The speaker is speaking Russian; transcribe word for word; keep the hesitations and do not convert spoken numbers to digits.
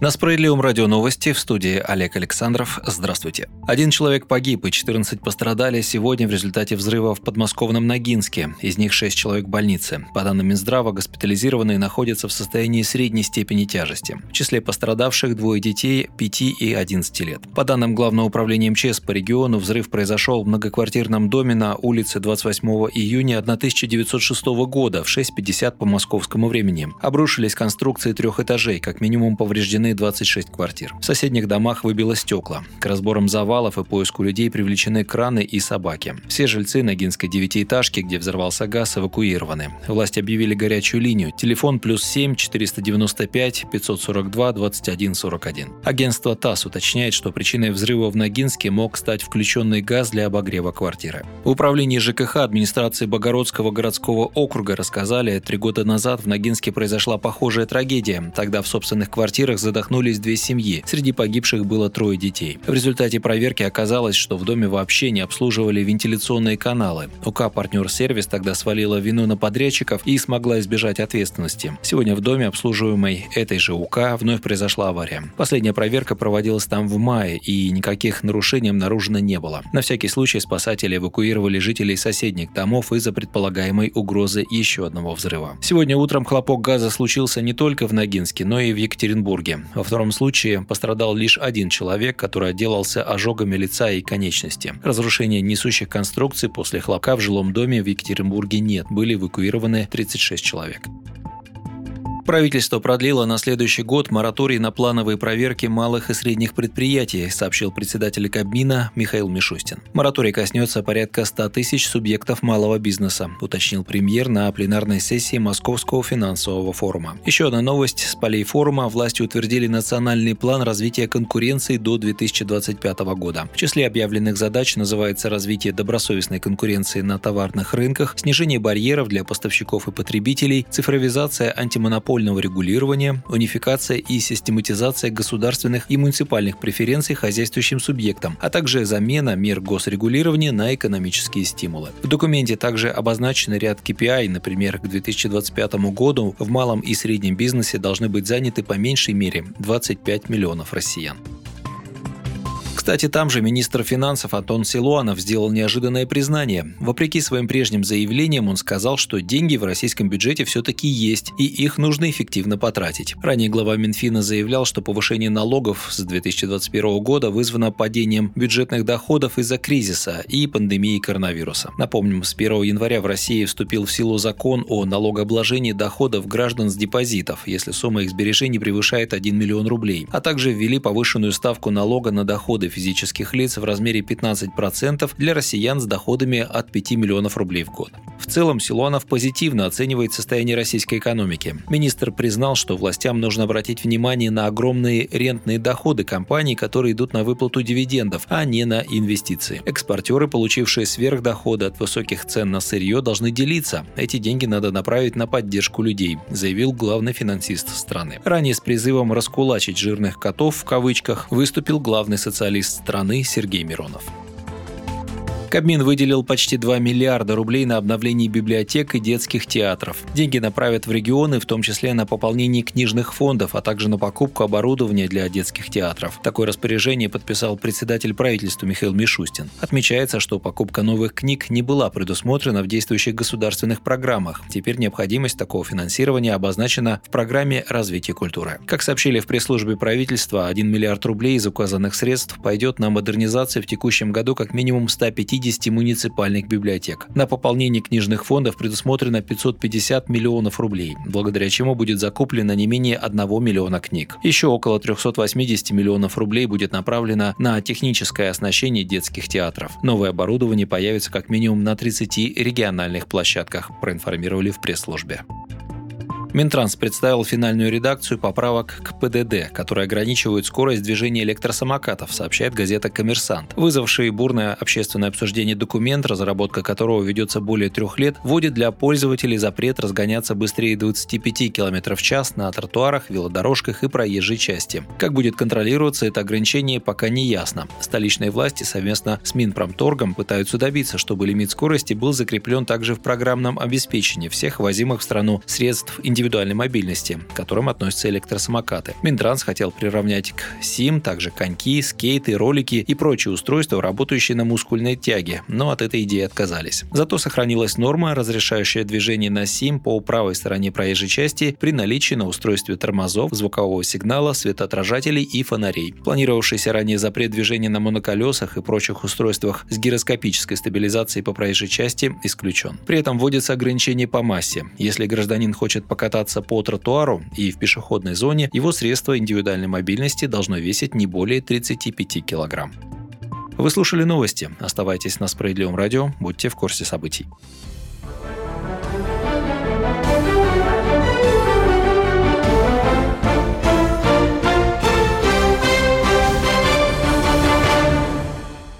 На Справедливом радио новости, в студии Олег Александров. Здравствуйте. Один человек погиб и четырнадцать пострадали сегодня в результате взрыва в подмосковном Ногинске. Из них шесть человек в больнице. По данным Минздрава, госпитализированные находятся в состоянии средней степени тяжести. В числе пострадавших двое детей пяти и одиннадцати лет. По данным Главного управления эм че эс по региону, взрыв произошел в многоквартирном доме на улице двадцать восьмого июня тысяча девятьсот шестого года в шесть пятьдесят по московскому времени. Обрушились конструкции трех этажей, как минимум повреждены двадцать шесть квартир. В соседних домах выбило стекла. К разборам завалов и поиску людей привлечены краны и собаки. Все жильцы Ногинской девятиэтажки, где взорвался газ, эвакуированы. Власти объявили горячую линию. Телефон плюс семь четыреста девяносто пять пятьсот сорок два двадцать один сорок один. Агентство ТАСС уточняет, что причиной взрыва в Ногинске мог стать включенный газ для обогрева квартиры. В управлении ЖКХ администрации Богородского городского округа рассказали, три года назад в Ногинске произошла похожая трагедия. Тогда в собственных квартирах задохнулись две семьи. Среди погибших было трое детей. В результате проверки оказалось, что в доме вообще не обслуживали вентиляционные каналы. УК «Партнер-сервис» тогда свалила вину на подрядчиков и смогла избежать ответственности. Сегодня в доме, обслуживаемой этой же УК, вновь произошла авария. Последняя проверка проводилась там в мае, и никаких нарушений обнаружено не было. На всякий случай спасатели эвакуировали жителей соседних домов из-за предполагаемой угрозы еще одного взрыва. Сегодня утром хлопок газа случился не только в Ногинске, но и в Екатеринбурге. Во втором случае пострадал лишь один человек, который отделался ожогами лица и конечности. Разрушения несущих конструкций после хлопка в жилом доме в Екатеринбурге нет. Были эвакуированы тридцать шесть человек. Правительство продлило на следующий год мораторий на плановые проверки малых и средних предприятий, сообщил председатель Кабмина Михаил Мишустин. Мораторий коснется порядка ста тысяч субъектов малого бизнеса, уточнил премьер на пленарной сессии Московского финансового форума. Еще одна новость. С полей форума власти утвердили национальный план развития конкуренции до две тысячи двадцать пятого года. В числе объявленных задач называется развитие добросовестной конкуренции на товарных рынках, снижение барьеров для поставщиков и потребителей, цифровизация антимонопольного регулирования, унификация и систематизация государственных и муниципальных преференций хозяйствующим субъектам, а также замена мер госрегулирования на экономические стимулы. В документе также обозначен ряд кей пи ай, например, к две тысячи двадцать пятому году в малом и среднем бизнесе должны быть заняты по меньшей мере двадцать пять миллионов россиян. Кстати, там же министр финансов Антон Силуанов сделал неожиданное признание. Вопреки своим прежним заявлениям, он сказал, что деньги в российском бюджете все-таки есть, и их нужно эффективно потратить. Ранее глава Минфина заявлял, что повышение налогов с две тысячи двадцать первого года вызвано падением бюджетных доходов из-за кризиса и пандемии коронавируса. Напомним, с первого января в России вступил в силу закон о налогообложении доходов граждан с депозитов, если сумма их сбережений превышает один миллион рублей, а также ввели повышенную ставку налога на доходы физических лиц в размере пятнадцать процентов для россиян с доходами от пяти миллионов рублей в год. В целом, Силуанов позитивно оценивает состояние российской экономики. Министр признал, что властям нужно обратить внимание на огромные рентные доходы компаний, которые идут на выплату дивидендов, а не на инвестиции. Экспортеры, получившие сверхдоходы от высоких цен на сырье, должны делиться. Эти деньги надо направить на поддержку людей, заявил главный финансист страны. Ранее с призывом раскулачить жирных котов в кавычках выступил главный социалист страны Сергей Миронов. Кабмин выделил почти два миллиарда рублей на обновление библиотек и детских театров. Деньги направят в регионы, в том числе на пополнение книжных фондов, а также на покупку оборудования для детских театров. Такое распоряжение подписал председатель правительства Михаил Мишустин. Отмечается, что покупка новых книг не была предусмотрена в действующих государственных программах. Теперь необходимость такого финансирования обозначена в программе развития культуры. Как сообщили в пресс-службе правительства, один миллиард рублей из указанных средств пойдет на модернизацию в текущем году как минимум ста пятидесяти муниципальных библиотек. На пополнение книжных фондов предусмотрено пятьсот пятьдесят миллионов рублей, благодаря чему будет закуплено не менее одного миллиона книг. Еще около триста восемьдесят миллионов рублей будет направлено на техническое оснащение детских театров. Новое оборудование появится как минимум на тридцати региональных площадках, проинформировали в пресс-службе. Минтранс представил финальную редакцию поправок к пэ дэ дэ, которые ограничивают скорость движения электросамокатов, сообщает газета «Коммерсант». Вызвавший бурное общественное обсуждение документ, разработка которого ведется более трех лет, вводит для пользователей запрет разгоняться быстрее двадцати пяти километров в час на тротуарах, велодорожках и проезжей части. Как будет контролироваться это ограничение, пока не ясно. Столичные власти совместно с Минпромторгом пытаются добиться, чтобы лимит скорости был закреплен также в программном обеспечении всех ввозимых в страну средств индивидуальной индивидуальной мобильности, к которым относятся электросамокаты. Минтранс хотел приравнять к СИМ также коньки, скейты, ролики и прочие устройства, работающие на мускульной тяге, но от этой идеи отказались. Зато сохранилась норма, разрешающая движение на СИМ по правой стороне проезжей части при наличии на устройстве тормозов, звукового сигнала, светоотражателей и фонарей. Планировавшийся ранее запрет движения на моноколесах и прочих устройствах с гироскопической стабилизацией по проезжей части исключен. При этом вводится ограничение по массе. Если гражданин хочет покататься по тротуару и в пешеходной зоне, его средство индивидуальной мобильности должно весить не более тридцати пяти килограмм. Вы слушали новости. Оставайтесь на Справедливом радио, будьте в курсе событий.